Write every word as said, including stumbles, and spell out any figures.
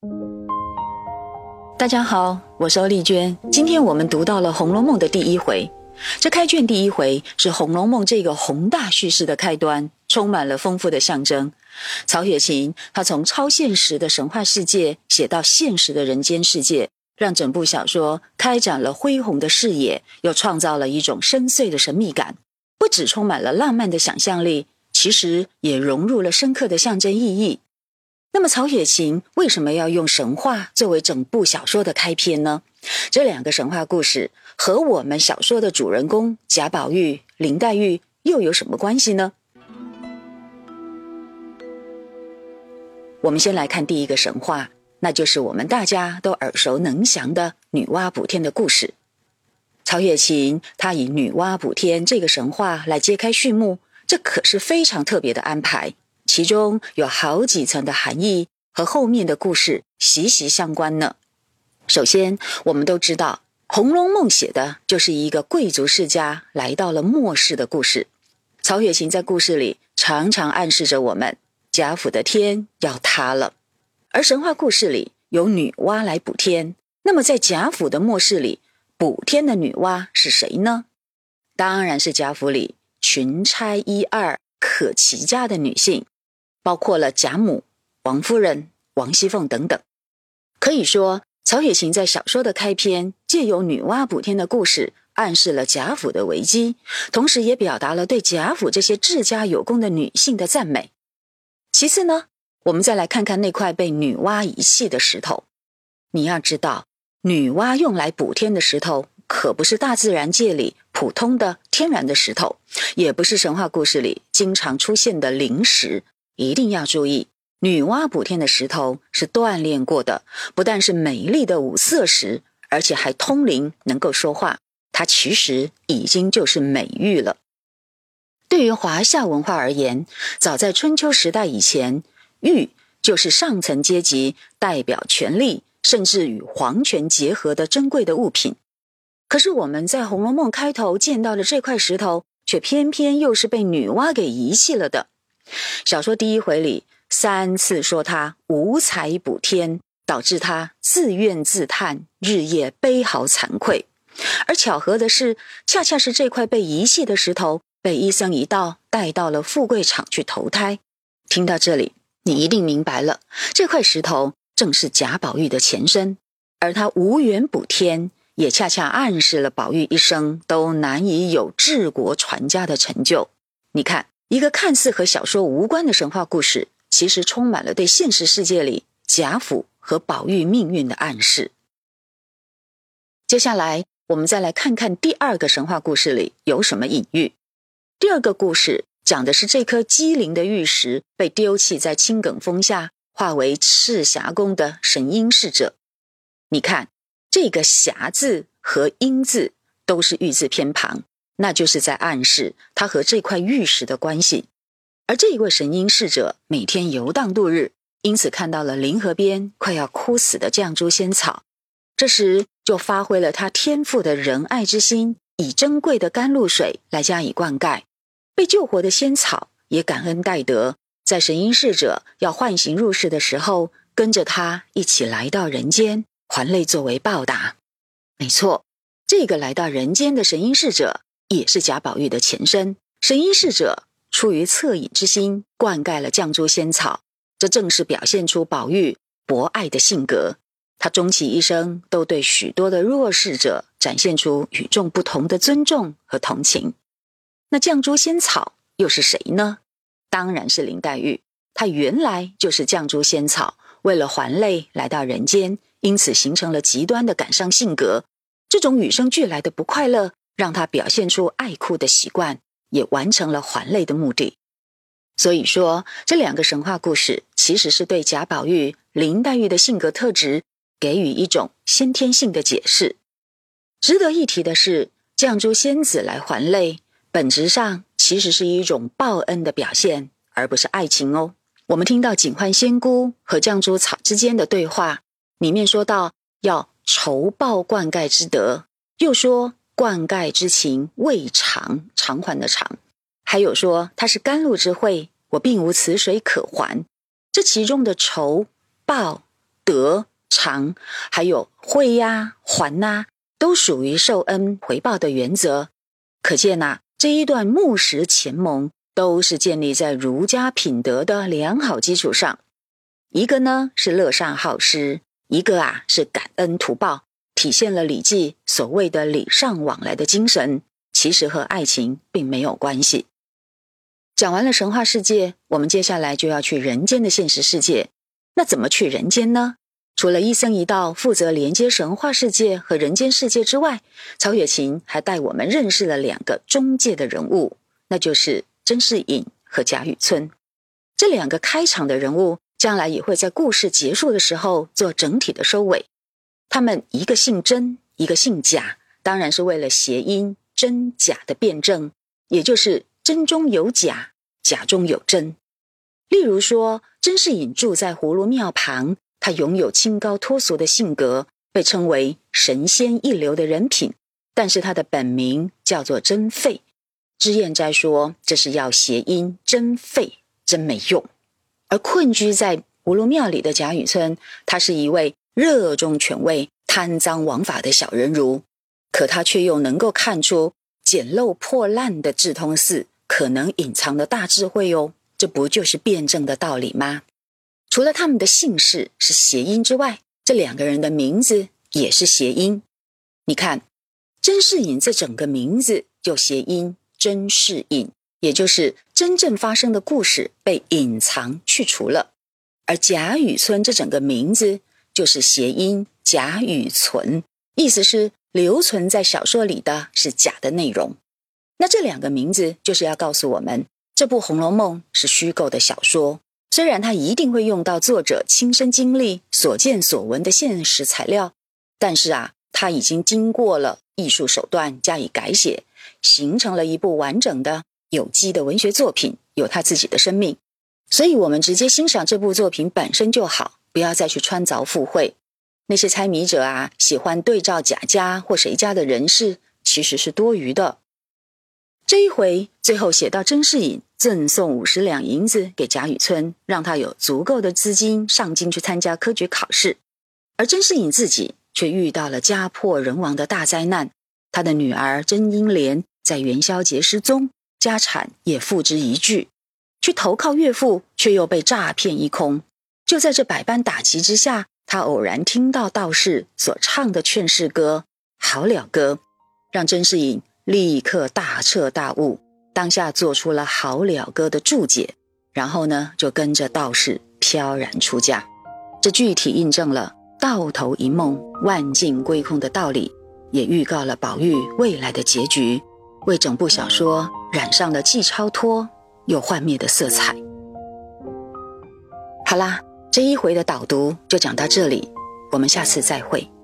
大家好，我是欧丽娟。今天我们读到了《红楼梦》的第一回，这开卷第一回是《红楼梦》这个宏大叙事的开端，充满了丰富的象征。曹雪芹他从超现实的神话世界写到现实的人间世界，让整部小说开展了恢宏的视野，又创造了一种深邃的神秘感。不只充满了浪漫的想象力，其实也融入了深刻的象征意义。那么曹雪芹为什么要用神话作为整部小说的开篇呢？这两个神话故事和我们小说的主人公贾宝玉、林黛玉又有什么关系呢？我们先来看第一个神话，那就是我们大家都耳熟能详的女娲补天的故事。曹雪芹他以女娲补天这个神话来揭开序幕，这可是非常特别的安排，其中有好几层的含义和后面的故事息息相关呢。首先，我们都知道《红楼梦》写的就是一个贵族世家来到了末世的故事。曹雪芹在故事里常常暗示着我们，贾府的天要塌了。而神话故事里有女娲来补天，那么在贾府的末世里，补天的女娲是谁呢？当然是贾府里群差一二可齐家的女性，包括了贾母、王夫人、王熙凤等等。可以说，曹雪芹在小说的开篇借由女娲补天的故事，暗示了贾府的危机，同时也表达了对贾府这些治家有功的女性的赞美。其次呢，我们再来看看那块被女娲遗弃的石头。你要知道，女娲用来补天的石头可不是大自然界里普通的天然的石头，也不是神话故事里经常出现的灵石。一定要注意，女娲补天的石头是锻炼过的，不但是美丽的五色石，而且还通灵，能够说话，它其实已经就是美玉了。对于华夏文化而言，早在春秋时代以前，玉就是上层阶级代表权力甚至与皇权结合的珍贵的物品。可是我们在《红楼梦》开头见到的这块石头，却偏偏又是被女娲给遗弃了的。小说第一回里三次说她无才补天，导致她自怨自叹，日夜悲嚎惭愧。而巧合的是，恰恰是这块被遗弃的石头被医生一道带到了富贵场去投胎。听到这里，你一定明白了，这块石头正是贾宝玉的前身，而他无缘补天，也恰恰暗示了宝玉一生都难以有治国传家的成就。你看，一个看似和小说无关的神话故事，其实充满了对现实世界里贾府和宝玉命运的暗示。接下来我们再来看看第二个神话故事里有什么隐喻。第二个故事讲的是这颗机灵的玉石被丢弃在青埂峰下，化为赤霞宫的神瑛侍者。你看，这个霞字和瑛字都是玉字偏旁，那就是在暗示他和这块玉石的关系。而这一位神瑛侍者每天游荡度日，因此看到了临河边快要枯死的绛珠仙草，这时就发挥了他天赋的仁爱之心，以珍贵的甘露水来加以灌溉。被救活的仙草也感恩戴德，在神瑛侍者要唤醒入世的时候，跟着他一起来到人间，还泪作为报答。没错，这个来到人间的神瑛侍者也是贾宝玉的前身。神瑛侍者出于恻隐之心，灌溉了绛珠仙草，这正是表现出宝玉博爱的性格。他终其一生都对许多的弱势者展现出与众不同的尊重和同情。那绛珠仙草又是谁呢？当然是林黛玉。她原来就是绛珠仙草，为了还泪来到人间，因此形成了极端的感伤性格。这种与生俱来的不快乐，让她表现出爱哭的习惯，也完成了还泪的目的。所以说，这两个神话故事其实是对贾宝玉、林黛玉的性格特质给予一种先天性的解释。值得一提的是，绛珠仙子来还泪，本质上其实是一种报恩的表现，而不是爱情哦。我们听到警幻仙姑和绛珠草之间的对话，里面说到要酬报灌溉之德，又说灌溉之情未偿，偿还的偿，还有说它是甘露之惠，我并无此水可还。这其中的酬、报、 得、偿，还有会呀、还呐，都属于受恩回报的原则。可见啊，这一段木石前盟都是建立在儒家品德的良好基础上。一个呢是乐善好施，一个啊是感恩图报，体现了《礼记》所谓的礼尚往来的精神，其实和爱情并没有关系。讲完了神话世界，我们接下来就要去人间的现实世界。那怎么去人间呢？除了一僧一道负责连接神话世界和人间世界之外，曹雪芹还带我们认识了两个中介的人物，那就是甄士隐和贾雨村。这两个开场的人物将来也会在故事结束的时候做整体的收尾。他们一个姓甄，一个姓贾，当然是为了谐音真假的辩证，也就是真中有假，假中有真。例如说，甄士隐住在葫芦庙旁，他拥有清高脱俗的性格，被称为神仙一流的人品，但是他的本名叫做甄费。脂砚斋说这是要谐音真废，真没用。而困居在葫芦庙里的贾雨村，他是一位热衷权位、贪赃枉法的小人儒，可他却又能够看出简陋破烂的智通寺可能隐藏的大智慧哦，这不就是辩证的道理吗？除了他们的姓氏是谐音之外，这两个人的名字也是谐音。你看，甄士隐这整个名字就谐音甄士隐，也就是真正发生的故事被隐藏去除了。而贾雨村这整个名字就是谐音贾雨存，意思是留存在小说里的是假的内容。那这两个名字就是要告诉我们，这部《红楼梦》是虚构的小说，虽然它一定会用到作者亲身经历所见所闻的现实材料，但是啊，它已经经过了艺术手段加以改写，形成了一部完整的有机的文学作品，有它自己的生命。所以我们直接欣赏这部作品本身就好，不要再去穿凿附会。那些猜谜者啊，喜欢对照贾家或谁家的人事，其实是多余的。这一回最后写到甄士隐赠送五十两银子给贾雨村，让他有足够的资金上京去参加科举考试。而甄士隐自己却遇到了家破人亡的大灾难，他的女儿甄英莲在元宵节失踪，家产也付之一炬，去投靠岳父却又被诈骗一空。就在这百般打击之下，他偶然听到道士所唱的劝世歌《好了歌》，让甄士隐立刻大彻大悟，当下做出了《好了歌》的注解，然后呢就跟着道士飘然出家。这具体印证了到头一梦万境归空的道理，也预告了宝玉未来的结局，为整部小说染上了既超脱又幻灭的色彩。好啦，这一回的导读就讲到这里，我们下次再会。